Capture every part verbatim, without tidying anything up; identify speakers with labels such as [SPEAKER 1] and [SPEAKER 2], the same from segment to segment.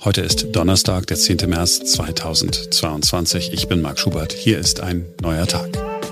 [SPEAKER 1] Heute ist Donnerstag, der zehnte März zweitausendzweiundzwanzig. Ich bin Marc Schubert. Hier ist ein neuer Tag.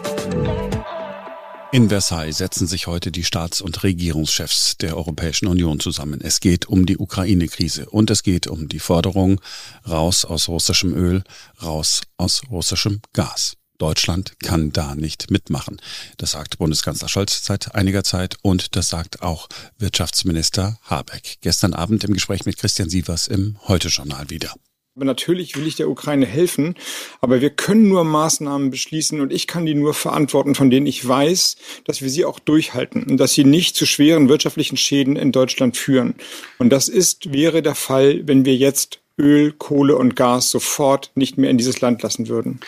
[SPEAKER 1] In Versailles setzen sich heute die Staats- und Regierungschefs der Europäischen Union zusammen. Es geht um die Ukraine-Krise und es geht um die Forderung raus aus russischem Öl, raus aus russischem Gas. Deutschland kann da nicht mitmachen. Das sagt Bundeskanzler Scholz seit einiger Zeit und das sagt auch Wirtschaftsminister Habeck. Gestern Abend im Gespräch mit Christian Sievers im Heute-Journal wieder.
[SPEAKER 2] Aber natürlich will ich der Ukraine helfen, aber wir können nur Maßnahmen beschließen und ich kann die nur verantworten, von denen ich weiß, dass wir sie auch durchhalten und dass sie nicht zu schweren wirtschaftlichen Schäden in Deutschland führen. Und das ist, wäre der Fall, wenn wir jetzt Öl, Kohle und Gas sofort nicht mehr in dieses Land lassen würden.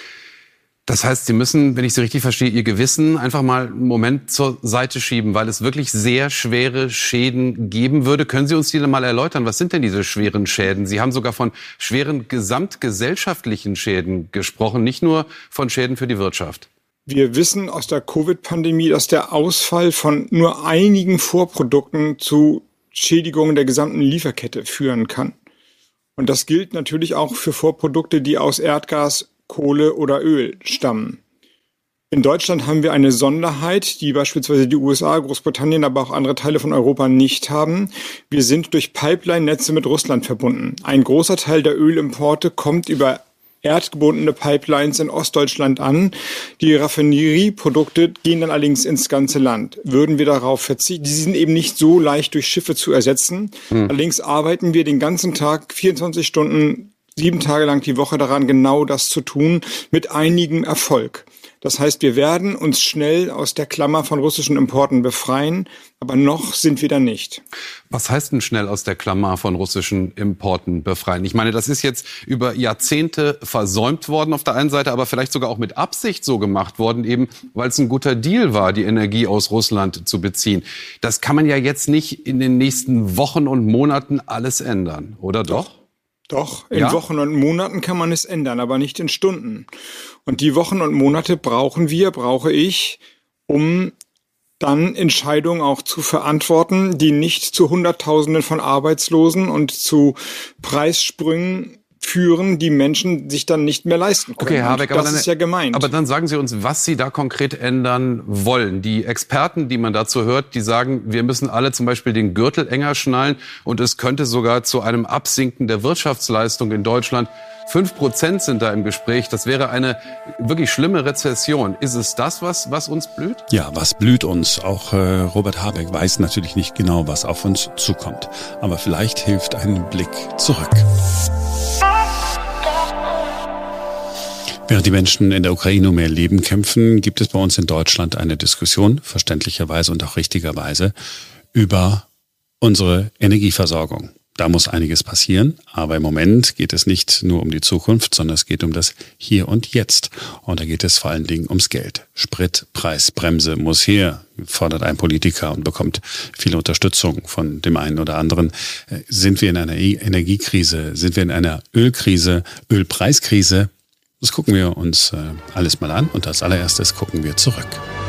[SPEAKER 3] Das heißt, Sie müssen, wenn ich Sie richtig verstehe, Ihr Gewissen einfach mal einen Moment zur Seite schieben, weil es wirklich sehr schwere Schäden geben würde. Können Sie uns die denn mal erläutern? Was sind denn diese schweren Schäden? Sie haben sogar von schweren gesamtgesellschaftlichen Schäden gesprochen, nicht nur von Schäden für die Wirtschaft.
[SPEAKER 2] Wir wissen aus der Covid-Pandemie, dass der Ausfall von nur einigen Vorprodukten zu Schädigungen der gesamten Lieferkette führen kann. Und das gilt natürlich auch für Vorprodukte, die aus Erdgas, Kohle oder Öl stammen. In Deutschland haben wir eine Sonderheit, die beispielsweise die U S A, Großbritannien, aber auch andere Teile von Europa nicht haben. Wir sind durch Pipeline-Netze mit Russland verbunden. Ein großer Teil der Ölimporte kommt über erdgebundene Pipelines in Ostdeutschland an. Die Raffinerieprodukte gehen dann allerdings ins ganze Land. Würden wir darauf verzichten? Die sind eben nicht so leicht durch Schiffe zu ersetzen. Hm. Allerdings arbeiten wir den ganzen Tag, vierundzwanzig Stunden, sieben Tage lang die Woche daran, genau das zu tun, mit einigem Erfolg. Das heißt, wir werden uns schnell aus der Klammer von russischen Importen befreien, aber noch sind wir da nicht.
[SPEAKER 3] Was heißt denn schnell aus der Klammer von russischen Importen befreien? Ich meine, das ist jetzt über Jahrzehnte versäumt worden auf der einen Seite, aber vielleicht sogar auch mit Absicht so gemacht worden, eben weil es ein guter Deal war, die Energie aus Russland zu beziehen. Das kann man ja jetzt nicht in den nächsten Wochen und Monaten alles ändern, oder doch?
[SPEAKER 2] Doch. Doch, in
[SPEAKER 3] ja?
[SPEAKER 2] Wochen und Monaten kann man es ändern, aber nicht in Stunden. Und die Wochen und Monate brauchen wir, brauche ich, um dann Entscheidungen auch zu verantworten, die nicht zu Hunderttausenden von Arbeitslosen und zu Preissprüngen führen, die Menschen sich dann nicht mehr leisten können.
[SPEAKER 3] Okay, Herr Habeck,
[SPEAKER 2] das
[SPEAKER 3] aber dann,
[SPEAKER 2] ist ja gemeint.
[SPEAKER 3] Aber dann sagen Sie uns, was Sie da konkret ändern wollen. Die Experten, die man dazu hört, die sagen, wir müssen alle zum Beispiel den Gürtel enger schnallen und es könnte sogar zu einem Absinken der Wirtschaftsleistung in Deutschland. Fünf Prozent sind da im Gespräch. Das wäre eine wirklich schlimme Rezession. Ist es das, was, was uns blüht?
[SPEAKER 1] Ja, was blüht uns? Auch äh, Robert Habeck weiß natürlich nicht genau, was auf uns zukommt. Aber vielleicht hilft ein Blick zurück. Während die Menschen in der Ukraine um ihr Leben kämpfen, gibt es bei uns in Deutschland eine Diskussion, verständlicherweise und auch richtigerweise, über unsere Energieversorgung. Da muss einiges passieren, aber im Moment geht es nicht nur um die Zukunft, sondern es geht um das Hier und Jetzt. Und da geht es vor allen Dingen ums Geld. Spritpreisbremse muss her, fordert ein Politiker und bekommt viel Unterstützung von dem einen oder anderen. Sind wir in einer Energiekrise? Sind wir in einer Ölkrise, Ölpreiskrise? Das gucken wir uns äh, alles mal an und als allererstes gucken wir zurück.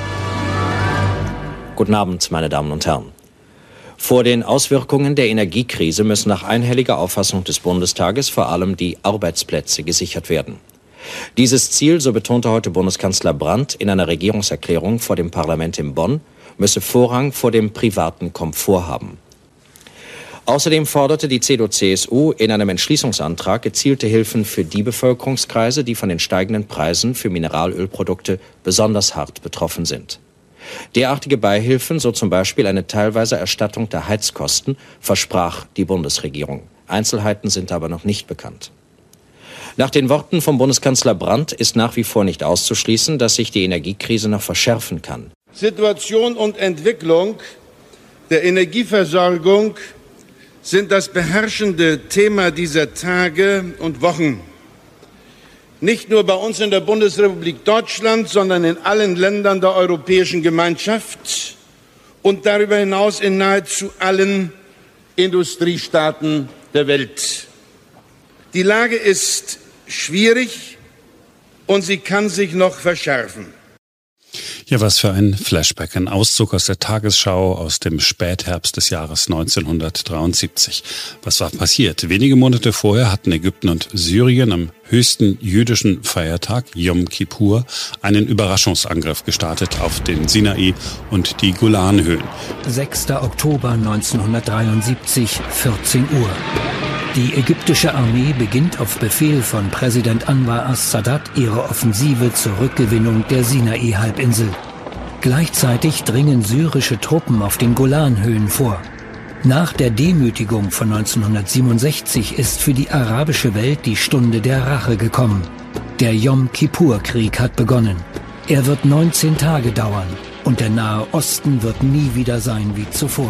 [SPEAKER 4] Guten Abend, meine Damen und Herren. Vor den Auswirkungen der Energiekrise müssen nach einhelliger Auffassung des Bundestages vor allem die Arbeitsplätze gesichert werden. Dieses Ziel, so betonte heute Bundeskanzler Brandt in einer Regierungserklärung vor dem Parlament in Bonn, müsse Vorrang vor dem privaten Komfort haben. Außerdem forderte die C D U C S U in einem Entschließungsantrag gezielte Hilfen für die Bevölkerungskreise, die von den steigenden Preisen für Mineralölprodukte besonders hart betroffen sind. Derartige Beihilfen, so zum Beispiel eine teilweise Erstattung der Heizkosten, versprach die Bundesregierung. Einzelheiten sind aber noch nicht bekannt. Nach den Worten von Bundeskanzler Brandt ist nach wie vor nicht auszuschließen, dass sich die Energiekrise noch verschärfen kann.
[SPEAKER 5] Situation und Entwicklung der Energieversorgung sind das beherrschende Thema dieser Tage und Wochen. Nicht nur bei uns in der Bundesrepublik Deutschland, sondern in allen Ländern der Europäischen Gemeinschaft und darüber hinaus in nahezu allen Industriestaaten der Welt. Die Lage ist schwierig und sie kann sich noch verschärfen.
[SPEAKER 1] Ja, was für ein Flashback, ein Auszug aus der Tagesschau aus dem Spätherbst des Jahres neunzehnhundertdreiundsiebzig. Was war passiert? Wenige Monate vorher hatten Ägypten und Syrien am höchsten jüdischen Feiertag, Yom Kippur, einen Überraschungsangriff gestartet auf den Sinai und die Golanhöhen.
[SPEAKER 6] sechster Oktober neunzehnhundertdreiundsiebzig, vierzehn Uhr. Die ägyptische Armee beginnt auf Befehl von Präsident Anwar as-Sadat ihre Offensive zur Rückgewinnung der Sinai-Halbinsel. Gleichzeitig dringen syrische Truppen auf den Golanhöhen vor. Nach der Demütigung von neunzehnhundertsiebenundsechzig ist für die arabische Welt die Stunde der Rache gekommen. Der Yom-Kippur-Krieg hat begonnen. Er wird neunzehn Tage dauern und der Nahe Osten wird nie wieder sein wie zuvor.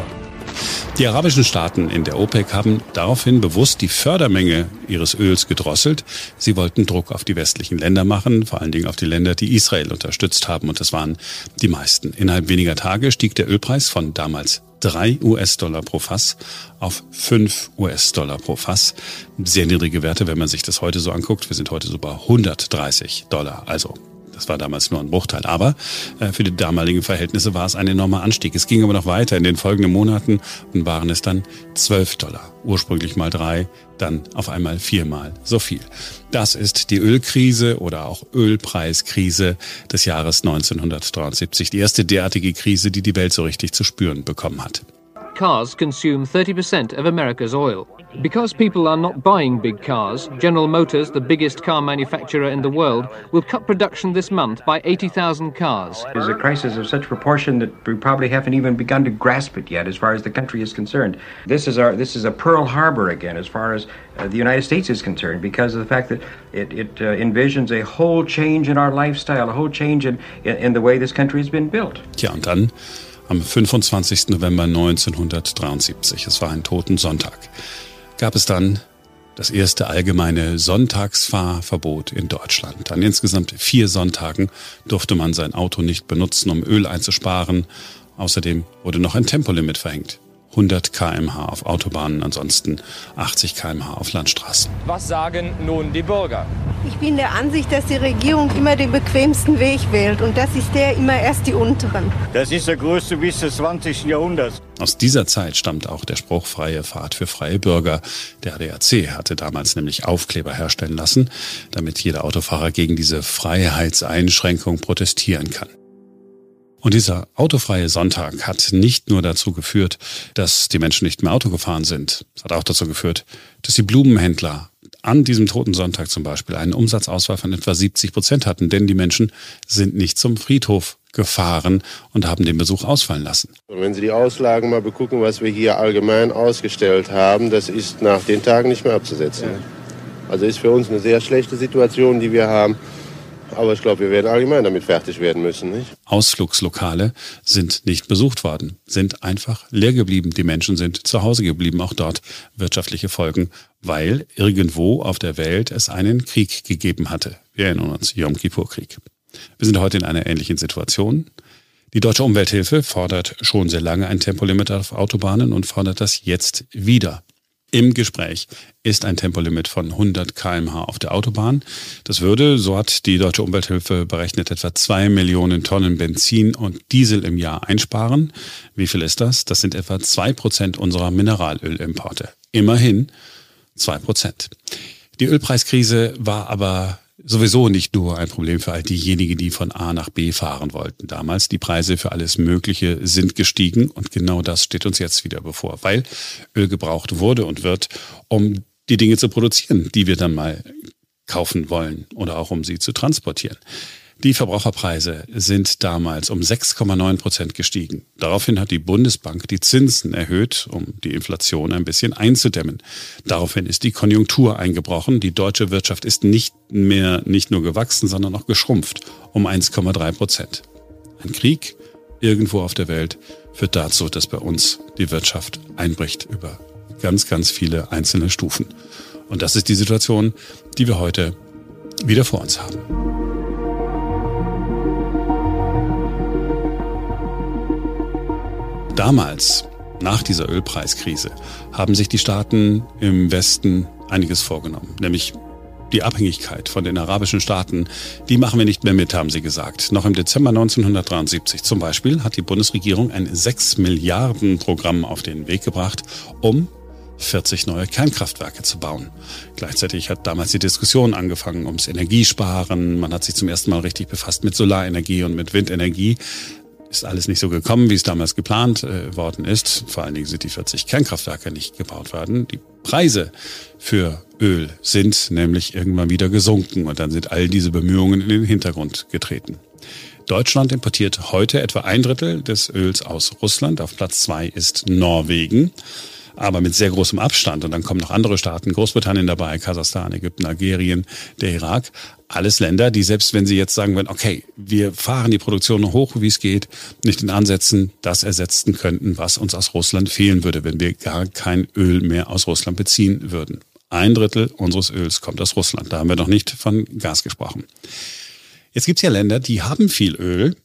[SPEAKER 1] Die arabischen Staaten in der OPEC haben daraufhin bewusst die Fördermenge ihres Öls gedrosselt. Sie wollten Druck auf die westlichen Länder machen, vor allen Dingen auf die Länder, die Israel unterstützt haben. Und das waren die meisten. Innerhalb weniger Tage stieg der Ölpreis von damals drei US-Dollar pro Fass auf fünf US-Dollar pro Fass. Sehr niedrige Werte, wenn man sich das heute so anguckt. Wir sind heute so bei hundertdreißig Dollar. Also das war damals nur ein Bruchteil. Aber äh, für die damaligen Verhältnisse war es ein enormer Anstieg. Es ging aber noch weiter. In den folgenden Monaten waren es dann zwölf Dollar. Ursprünglich mal drei, dann auf einmal viermal so viel. Das ist die Ölkrise oder auch Ölpreiskrise des Jahres neunzehnhundertdreiundsiebzig. Die erste derartige Krise, die die Welt so richtig zu spüren bekommen hat.
[SPEAKER 7] Cars consume thirty percent of America's oil. Because people are not buying big cars, General Motors, the biggest car manufacturer in the world, will cut production this month by eighty thousand cars.
[SPEAKER 8] It is a crisis of such proportion that we probably haven't even begun to grasp it yet as far as the country is concerned. This is our this is a Pearl Harbor again as far as uh, the United States is concerned because of the fact that it, it uh, envisions a whole change in our lifestyle, a whole change in, in, in the way this country has been built.
[SPEAKER 1] Tja, und dann am fünfundzwanzigsten November neunzehnhundertdreiundsiebzig, es war ein Totensonntag, gab es dann das erste allgemeine Sonntagsfahrverbot in Deutschland. An insgesamt vier Sonntagen durfte man sein Auto nicht benutzen, um Öl einzusparen. Außerdem wurde noch ein Tempolimit verhängt. hundert Kilometer pro Stunde auf Autobahnen, ansonsten achtzig Kilometer pro Stunde auf Landstraßen.
[SPEAKER 9] Was sagen nun die Bürger?
[SPEAKER 10] Ich bin der Ansicht, dass die Regierung immer den bequemsten Weg wählt und das ist der immer erst die unteren.
[SPEAKER 11] Das ist der größte Witz des zwanzigsten Jahrhunderts.
[SPEAKER 1] Aus dieser Zeit stammt auch der Spruch freie Fahrt für freie Bürger. Der A D A C hatte damals nämlich Aufkleber herstellen lassen, damit jeder Autofahrer gegen diese Freiheitseinschränkung protestieren kann. Und dieser autofreie Sonntag hat nicht nur dazu geführt, dass die Menschen nicht mehr Auto gefahren sind. Es hat auch dazu geführt, dass die Blumenhändler an diesem Toten Sonntag zum Beispiel einen Umsatzausfall von etwa siebzig Prozent hatten. Denn die Menschen sind nicht zum Friedhof gefahren und haben den Besuch ausfallen lassen.
[SPEAKER 12] Und wenn Sie die Auslagen mal begucken, was wir hier allgemein ausgestellt haben, das ist nach den Tagen nicht mehr abzusetzen. Also ist für uns eine sehr schlechte Situation, die wir haben. Aber ich glaube, wir werden allgemein damit fertig werden müssen, nicht?
[SPEAKER 1] Ausflugslokale sind nicht besucht worden, sind einfach leer geblieben. Die Menschen sind zu Hause geblieben, auch dort wirtschaftliche Folgen, weil irgendwo auf der Welt es einen Krieg gegeben hatte. Wir erinnern uns, Yom Kippur-Krieg. Wir sind heute in einer ähnlichen Situation. Die Deutsche Umwelthilfe fordert schon sehr lange ein Tempolimit auf Autobahnen und fordert das jetzt wieder. Im Gespräch ist ein Tempolimit von hundert Kilometer pro Stunde auf der Autobahn. Das würde, so hat die Deutsche Umwelthilfe berechnet, etwa zwei Millionen Tonnen Benzin und Diesel im Jahr einsparen. Wie viel ist das? Das sind etwa zwei Prozent unserer Mineralölimporte. Immerhin zwei Prozent. Die Ölpreiskrise war aber sowieso nicht nur ein Problem für all diejenigen, die von A nach B fahren wollten. Damals die Preise für alles Mögliche sind gestiegen und genau das steht uns jetzt wieder bevor, weil Öl gebraucht wurde und wird, um die Dinge zu produzieren, die wir dann mal kaufen wollen oder auch um sie zu transportieren. Die Verbraucherpreise sind damals um sechs Komma neun Prozent gestiegen. Daraufhin hat die Bundesbank die Zinsen erhöht, um die Inflation ein bisschen einzudämmen. Daraufhin ist die Konjunktur eingebrochen. Die deutsche Wirtschaft ist nicht mehr nicht nur gewachsen, sondern auch geschrumpft um eins Komma drei Prozent. Ein Krieg irgendwo auf der Welt führt dazu, dass bei uns die Wirtschaft einbricht über ganz, ganz viele einzelne Stufen. Und das ist die Situation, die wir heute wieder vor uns haben. Damals, nach dieser Ölpreiskrise, haben sich die Staaten im Westen einiges vorgenommen, nämlich Die Abhängigkeit von den arabischen Staaten, die machen wir nicht mehr mit, haben sie gesagt. Noch im Dezember neunzehnhundertdreiundsiebzig zum Beispiel hat die Bundesregierung ein sechs Milliarden Programm auf den Weg gebracht, um vierzig neue Kernkraftwerke zu bauen. Gleichzeitig hat damals die Diskussion angefangen ums Energiesparen. Man hat sich zum ersten Mal richtig befasst mit Solarenergie und mit Windenergie. Ist alles nicht so gekommen, wie es damals geplant äh, worden ist. Vor allen Dingen sind die vierzig Kernkraftwerke nicht gebaut worden. Die Preise für Öl sind nämlich irgendwann wieder gesunken und dann sind all diese Bemühungen in den Hintergrund getreten. Deutschland importiert heute etwa ein Drittel des Öls aus Russland. Auf Platz zwei ist Norwegen, aber mit sehr großem Abstand. Und dann kommen noch andere Staaten, Großbritannien dabei, Kasachstan, Ägypten, Algerien, der Irak. Alles Länder, die selbst wenn sie jetzt sagen würden, okay, wir fahren die Produktion noch hoch, wie es geht, nicht in Ansätzen das ersetzen könnten, was uns aus Russland fehlen würde, wenn wir gar kein Öl mehr aus Russland beziehen würden. Ein Drittel unseres Öls kommt aus Russland. Da haben wir noch nicht von Gas gesprochen. Jetzt gibt es ja Länder, die haben viel Öl,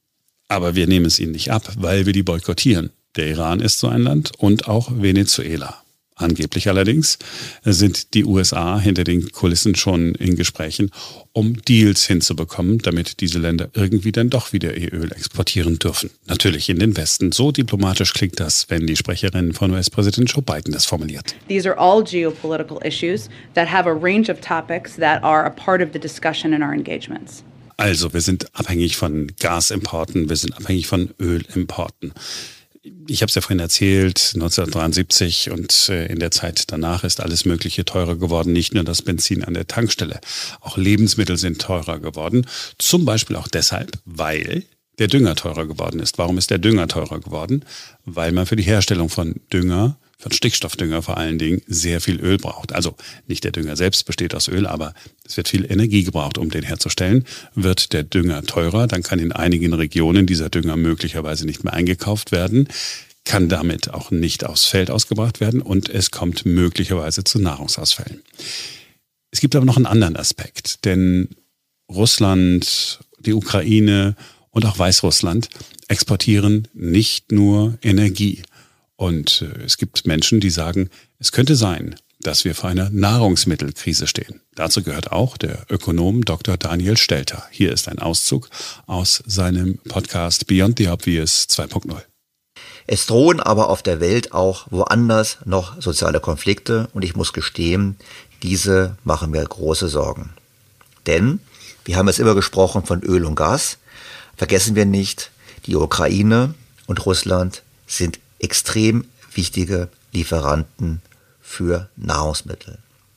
[SPEAKER 1] aber wir nehmen es ihnen nicht ab, weil wir die boykottieren. Der Iran ist so ein Land und auch Venezuela. Angeblich allerdings sind die U S A hinter den Kulissen schon in Gesprächen, um Deals hinzubekommen, damit diese Länder irgendwie dann doch wieder ihr Öl exportieren dürfen. Natürlich in den Westen. So diplomatisch klingt das, wenn die Sprecherin von U S-Präsident Joe Biden das formuliert.
[SPEAKER 13] These are all geopolitical issues that have a range of topics that are a part of the discussion in our engagements.
[SPEAKER 1] Also, wir sind abhängig von Gasimporten, wir sind abhängig von Ölimporten. Ich habe es ja vorhin erzählt, neunzehnhundertdreiundsiebzig und in der Zeit danach ist alles Mögliche teurer geworden. Nicht nur das Benzin an der Tankstelle, auch Lebensmittel sind teurer geworden. Zum Beispiel auch deshalb, weil der Dünger teurer geworden ist. Warum ist der Dünger teurer geworden? Weil man für die Herstellung von Dünger, von Stickstoffdünger vor allen Dingen, sehr viel Öl braucht. Also nicht der Dünger selbst besteht aus Öl, aber es wird viel Energie gebraucht, um den herzustellen. Wird der Dünger teurer, dann kann in einigen Regionen dieser Dünger möglicherweise nicht mehr eingekauft werden, kann damit auch nicht aufs Feld ausgebracht werden und es kommt möglicherweise zu Nahrungsausfällen. Es gibt aber noch einen anderen Aspekt, denn Russland, die Ukraine und auch Weißrussland exportieren nicht nur Energie. Und es gibt Menschen, die sagen, es könnte sein, dass wir vor einer Nahrungsmittelkrise stehen. Dazu gehört auch der Ökonom Doktor Daniel Stelter. Hier ist ein Auszug aus seinem Podcast Beyond the Obvious zwei Punkt null.
[SPEAKER 14] Es drohen aber auf der Welt auch woanders noch soziale Konflikte und ich muss gestehen, diese machen mir große Sorgen. Denn, wir haben es immer gesprochen von Öl und Gas, vergessen wir nicht, die Ukraine und Russland sind extrem wichtige Lieferanten für Nahrungsmittel.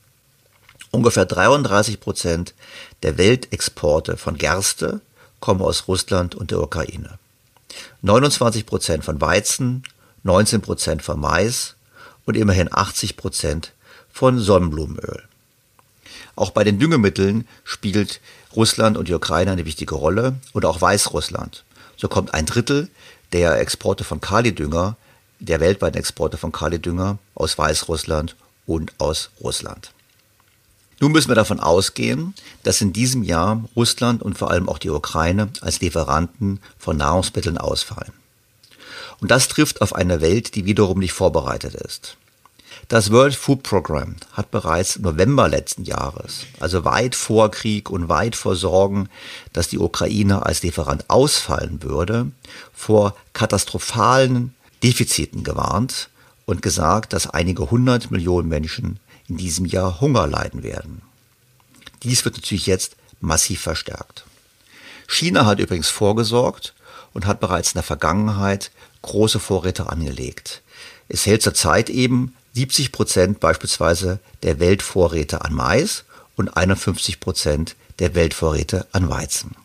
[SPEAKER 14] Ungefähr dreiunddreißig Prozent der Weltexporte von Gerste kommen aus Russland und der Ukraine. neunundzwanzig Prozent von Weizen, neunzehn Prozent von Mais und immerhin achtzig Prozent von Sonnenblumenöl. Auch bei den Düngemitteln spielt Russland und die Ukraine eine wichtige Rolle und auch Weißrussland. So kommt ein Drittel der Exporte von Kalidünger, der weltweiten Exporte von Kalidünger aus Weißrussland und aus Russland. Nun müssen wir davon ausgehen, dass in diesem Jahr Russland und vor allem auch die Ukraine als Lieferanten von Nahrungsmitteln ausfallen. Und das trifft auf eine Welt, die wiederum nicht vorbereitet ist. Das World Food Program hat bereits im November letzten Jahres, also weit vor Krieg und weit vor Sorgen, dass die Ukraine als Lieferant ausfallen würde, vor katastrophalen Defiziten gewarnt und gesagt, dass einige hundert Millionen Menschen in diesem Jahr Hunger leiden werden. Dies wird natürlich jetzt massiv verstärkt. China hat übrigens vorgesorgt und hat bereits in der Vergangenheit große Vorräte angelegt. Es hält zurzeit eben siebzig Prozent beispielsweise der Weltvorräte an Mais und einundfünfzig Prozent der Weltvorräte an Weizen.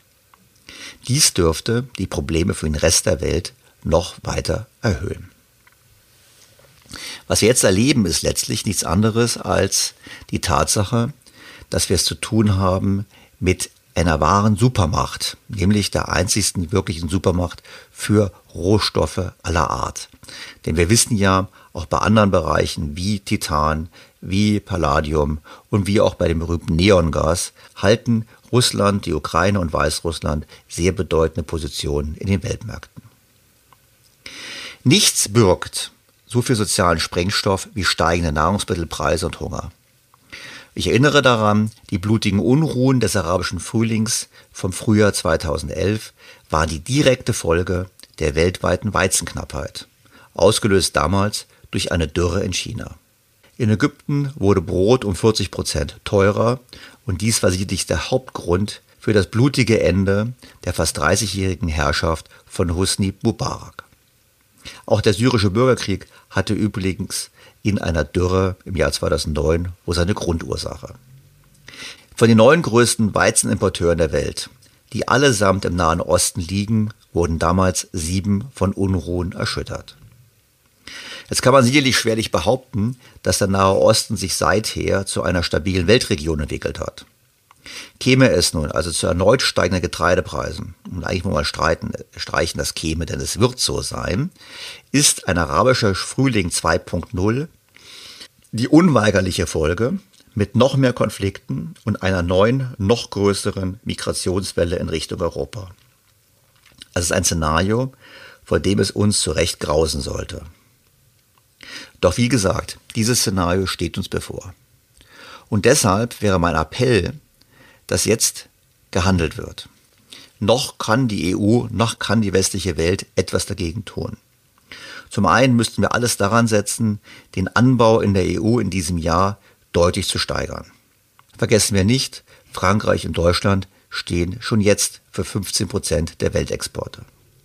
[SPEAKER 14] Dies dürfte die Probleme für den Rest der Welt noch weiter erhöhen. Was wir jetzt erleben, ist letztlich nichts anderes als die Tatsache, dass wir es zu tun haben mit einer wahren Supermacht, nämlich der einzigsten wirklichen Supermacht für Rohstoffe aller Art. Denn wir wissen ja, auch bei anderen Bereichen wie Titan, wie Palladium und wie auch bei dem berühmten Neongas halten Russland, die Ukraine und Weißrussland sehr bedeutende Positionen in den Weltmärkten. Nichts birgt so viel sozialen Sprengstoff wie steigende Nahrungsmittelpreise und Hunger. Ich erinnere daran, die blutigen Unruhen des arabischen Frühlings vom Frühjahr zweitausendelf waren die direkte Folge der weltweiten Weizenknappheit, ausgelöst damals durch eine Dürre in China. In Ägypten wurde Brot um vierzig Prozent teurer und dies war sicherlich der Hauptgrund für das blutige Ende der fast dreißigjährigen Herrschaft von Hosni Mubarak. Auch der syrische Bürgerkrieg hatte übrigens in einer Dürre im Jahr zweitausendneun wo seine Grundursache. Von den neun größten Weizenimporteuren der Welt, die allesamt im Nahen Osten liegen, wurden damals sieben von Unruhen erschüttert. Jetzt kann man sicherlich schwerlich behaupten, dass der Nahe Osten sich seither zu einer stabilen Weltregion entwickelt hat. Käme es nun also zu erneut steigenden Getreidepreisen, und eigentlich muss man streiten, streichen das käme, denn es wird so sein, ist ein arabischer Frühling zwei Punkt null die unweigerliche Folge mit noch mehr Konflikten und einer neuen, noch größeren Migrationswelle in Richtung Europa. Es ist ein Szenario, vor dem es uns zu Recht grausen sollte. Doch wie gesagt, dieses Szenario steht uns bevor. Und deshalb wäre mein Appell, dass jetzt gehandelt wird. Noch kann die E U, noch kann die westliche Welt etwas dagegen tun. Zum einen müssten wir alles daran setzen, den Anbau in der E U in diesem Jahr deutlich zu steigern. Vergessen wir nicht, Frankreich und Deutschland stehen schon jetzt für fünfzehn Prozent der Weltexporte.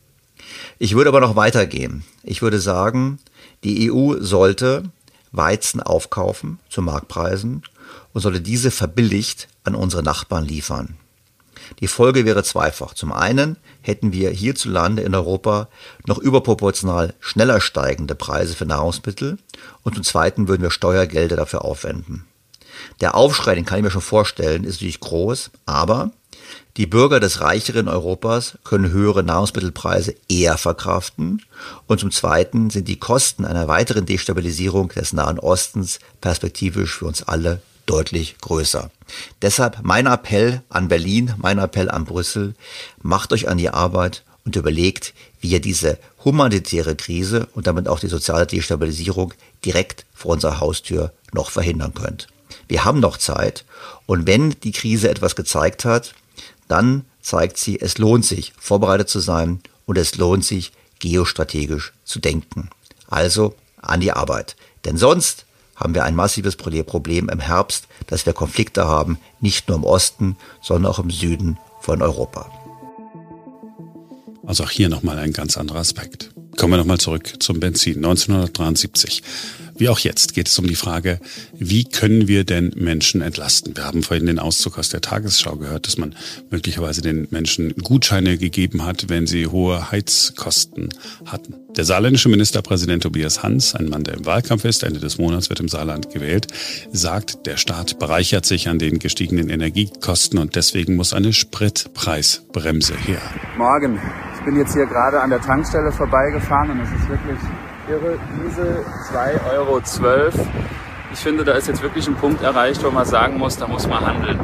[SPEAKER 14] Ich würde aber noch weitergehen. Ich würde sagen, die E U sollte Weizen aufkaufen zu Marktpreisen und sollte diese verbilligt an unsere Nachbarn liefern. Die Folge wäre zweifach. Zum einen hätten wir hierzulande in Europa noch überproportional schneller steigende Preise für Nahrungsmittel und zum zweiten würden wir Steuergelder dafür aufwenden. Der Aufschrei, den kann ich mir schon vorstellen, ist natürlich groß, aber die Bürger des reicheren Europas können höhere Nahrungsmittelpreise eher verkraften und zum Zweiten sind die Kosten einer weiteren Destabilisierung des Nahen Ostens perspektivisch für uns alle deutlich größer. Deshalb mein Appell an Berlin, mein Appell an Brüssel, macht euch an die Arbeit und überlegt, wie ihr diese humanitäre Krise und damit auch die soziale Destabilisierung direkt vor unserer Haustür noch verhindern könnt. Wir haben noch Zeit und wenn die Krise etwas gezeigt hat, dann zeigt sie, es lohnt sich, vorbereitet zu sein und es lohnt sich, geostrategisch zu denken. Also an die Arbeit. Denn sonst haben wir ein massives Problem im Herbst, dass wir Konflikte haben, nicht nur im Osten, sondern auch im Süden von Europa.
[SPEAKER 1] Also auch hier nochmal ein ganz anderer Aspekt. Kommen wir nochmal zurück zum Benzin. neunzehnhundertdreiundsiebzig. Wie auch jetzt geht es um die Frage, wie können wir denn Menschen entlasten? Wir haben vorhin den Auszug aus der Tagesschau gehört, dass man möglicherweise den Menschen Gutscheine gegeben hat, wenn sie hohe Heizkosten hatten. Der saarländische Ministerpräsident Tobias Hans, ein Mann, der im Wahlkampf ist, Ende des Monats wird im Saarland gewählt, sagt, der Staat bereichert sich an den gestiegenen Energiekosten und deswegen muss eine Spritpreisbremse her.
[SPEAKER 15] Morgen. Ich bin jetzt hier gerade an der Tankstelle vorbeigefahren und es ist wirklich irre. Diesel zwei Euro zwölf. Ich finde, da ist jetzt wirklich ein Punkt erreicht, wo man sagen muss, da muss man handeln.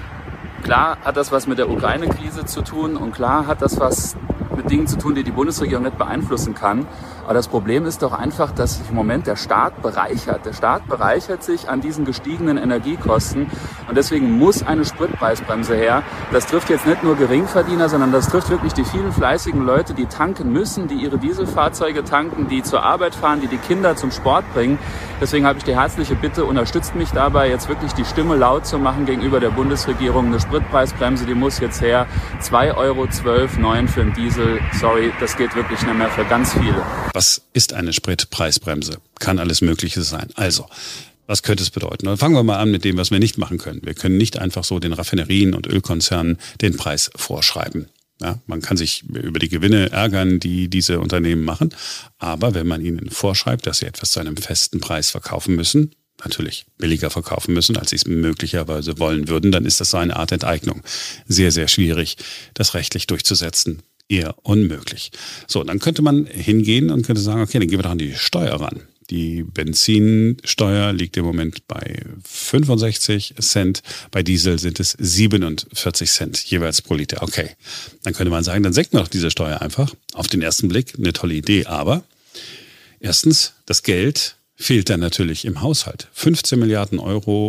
[SPEAKER 15] Klar hat das was mit der Ukraine-Krise zu tun und klar hat das was mit Dingen zu tun, die die Bundesregierung nicht beeinflussen kann. Aber das Problem ist doch einfach, dass sich im Moment der Staat bereichert. Der Staat bereichert sich an diesen gestiegenen Energiekosten und deswegen muss eine Spritpreisbremse her. Das trifft jetzt nicht nur Geringverdiener, sondern das trifft wirklich die vielen fleißigen Leute, die tanken müssen, die ihre Dieselfahrzeuge tanken, die zur Arbeit fahren, die die Kinder zum Sport bringen. Deswegen habe ich die herzliche Bitte, unterstützt mich dabei, jetzt wirklich die Stimme laut zu machen gegenüber der Bundesregierung. Eine Spritpreisbremse, die muss jetzt her. zwei Euro zwölf neun für den Diesel. Sorry, das geht wirklich nicht mehr für ganz viele.
[SPEAKER 1] Was ist eine Spritpreisbremse? Kann alles Mögliche sein. Also, was könnte es bedeuten? Dann fangen wir mal an mit dem, was wir nicht machen können. Wir können nicht einfach so den Raffinerien und Ölkonzernen den Preis vorschreiben. Ja, man kann sich über die Gewinne ärgern, die diese Unternehmen machen. Aber wenn man ihnen vorschreibt, dass sie etwas zu einem festen Preis verkaufen müssen, natürlich billiger verkaufen müssen, als sie es möglicherweise wollen würden, dann ist das so eine Art Enteignung. Sehr, sehr schwierig, das rechtlich durchzusetzen. Eher unmöglich. So, dann könnte man hingehen und könnte sagen, okay, dann gehen wir doch an die Steuer ran. Die Benzinsteuer liegt im Moment bei fünfundsechzig Cent, bei Diesel sind es siebenundvierzig Cent jeweils pro Liter. Okay, dann könnte man sagen, dann senken wir doch diese Steuer einfach. Auf den ersten Blick eine tolle Idee, aber erstens, das Geld fehlt dann natürlich im Haushalt. fünfzehn Milliarden Euro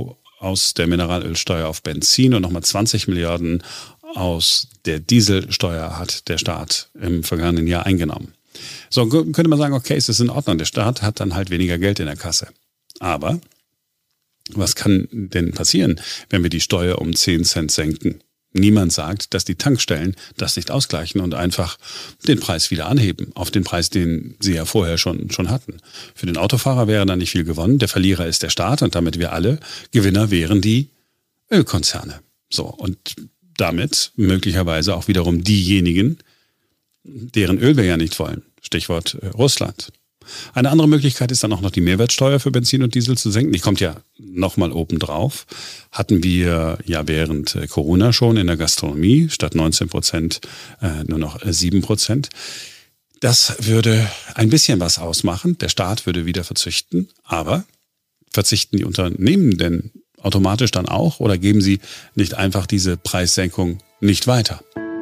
[SPEAKER 1] aus der Mineralölsteuer auf Benzin und nochmal zwanzig Milliarden aus der Dieselsteuer hat der Staat im vergangenen Jahr eingenommen. So könnte man sagen, okay, es ist in Ordnung, der Staat hat dann halt weniger Geld in der Kasse. Aber was kann denn passieren, wenn wir die Steuer um zehn Cent senken? Niemand sagt, dass die Tankstellen das nicht ausgleichen und einfach den Preis wieder anheben, auf den Preis, den sie ja vorher schon, schon hatten. Für den Autofahrer wäre da nicht viel gewonnen. Der Verlierer ist der Staat und damit wir alle. Gewinner wären die Ölkonzerne. So, und damit möglicherweise auch wiederum diejenigen, deren Öl wir ja nicht wollen. Stichwort äh, Russland. Eine andere Möglichkeit ist dann auch noch die Mehrwertsteuer für Benzin und Diesel zu senken. Die kommt ja nochmal obendrauf. Hatten wir ja während äh, Corona schon in der Gastronomie statt neunzehn Prozent äh, nur noch äh, sieben Prozent. Das würde ein bisschen was ausmachen. Der Staat würde wieder verzichten. Aber verzichten die Unternehmen denn automatisch dann auch oder geben sie nicht einfach diese Preissenkung nicht weiter?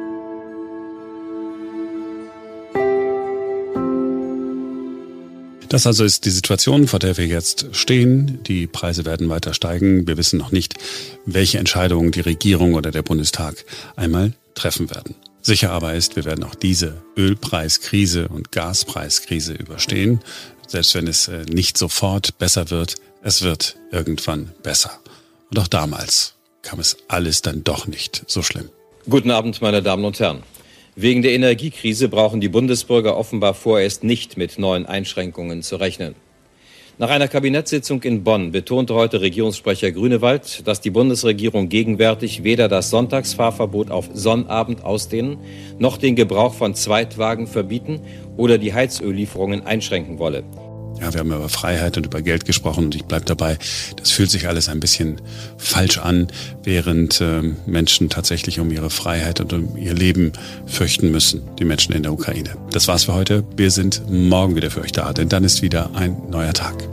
[SPEAKER 1] Das also ist die Situation, vor der wir jetzt stehen. Die Preise werden weiter steigen. Wir wissen noch nicht, welche Entscheidungen die Regierung oder der Bundestag einmal treffen werden. Sicher aber ist, wir werden auch diese Ölpreiskrise und Gaspreiskrise überstehen. Selbst wenn es nicht sofort besser wird, es wird irgendwann besser. Und auch damals kam es alles dann doch nicht so schlimm.
[SPEAKER 4] Guten Abend, meine Damen und Herren. Wegen der Energiekrise brauchen die Bundesbürger offenbar vorerst nicht mit neuen Einschränkungen zu rechnen. Nach einer Kabinettssitzung in Bonn betonte heute Regierungssprecher Grünewald, dass die Bundesregierung gegenwärtig weder das Sonntagsfahrverbot auf Sonnabend ausdehnen, noch den Gebrauch von Zweitwagen verbieten oder die Heizöllieferungen einschränken wolle.
[SPEAKER 1] Ja, wir haben über Freiheit und über Geld gesprochen und ich bleibe dabei, das fühlt sich alles ein bisschen falsch an, während äh, Menschen tatsächlich um ihre Freiheit und um ihr Leben fürchten müssen, die Menschen in der Ukraine. Das war's für heute. Wir sind morgen wieder für euch da, denn dann ist wieder ein neuer Tag.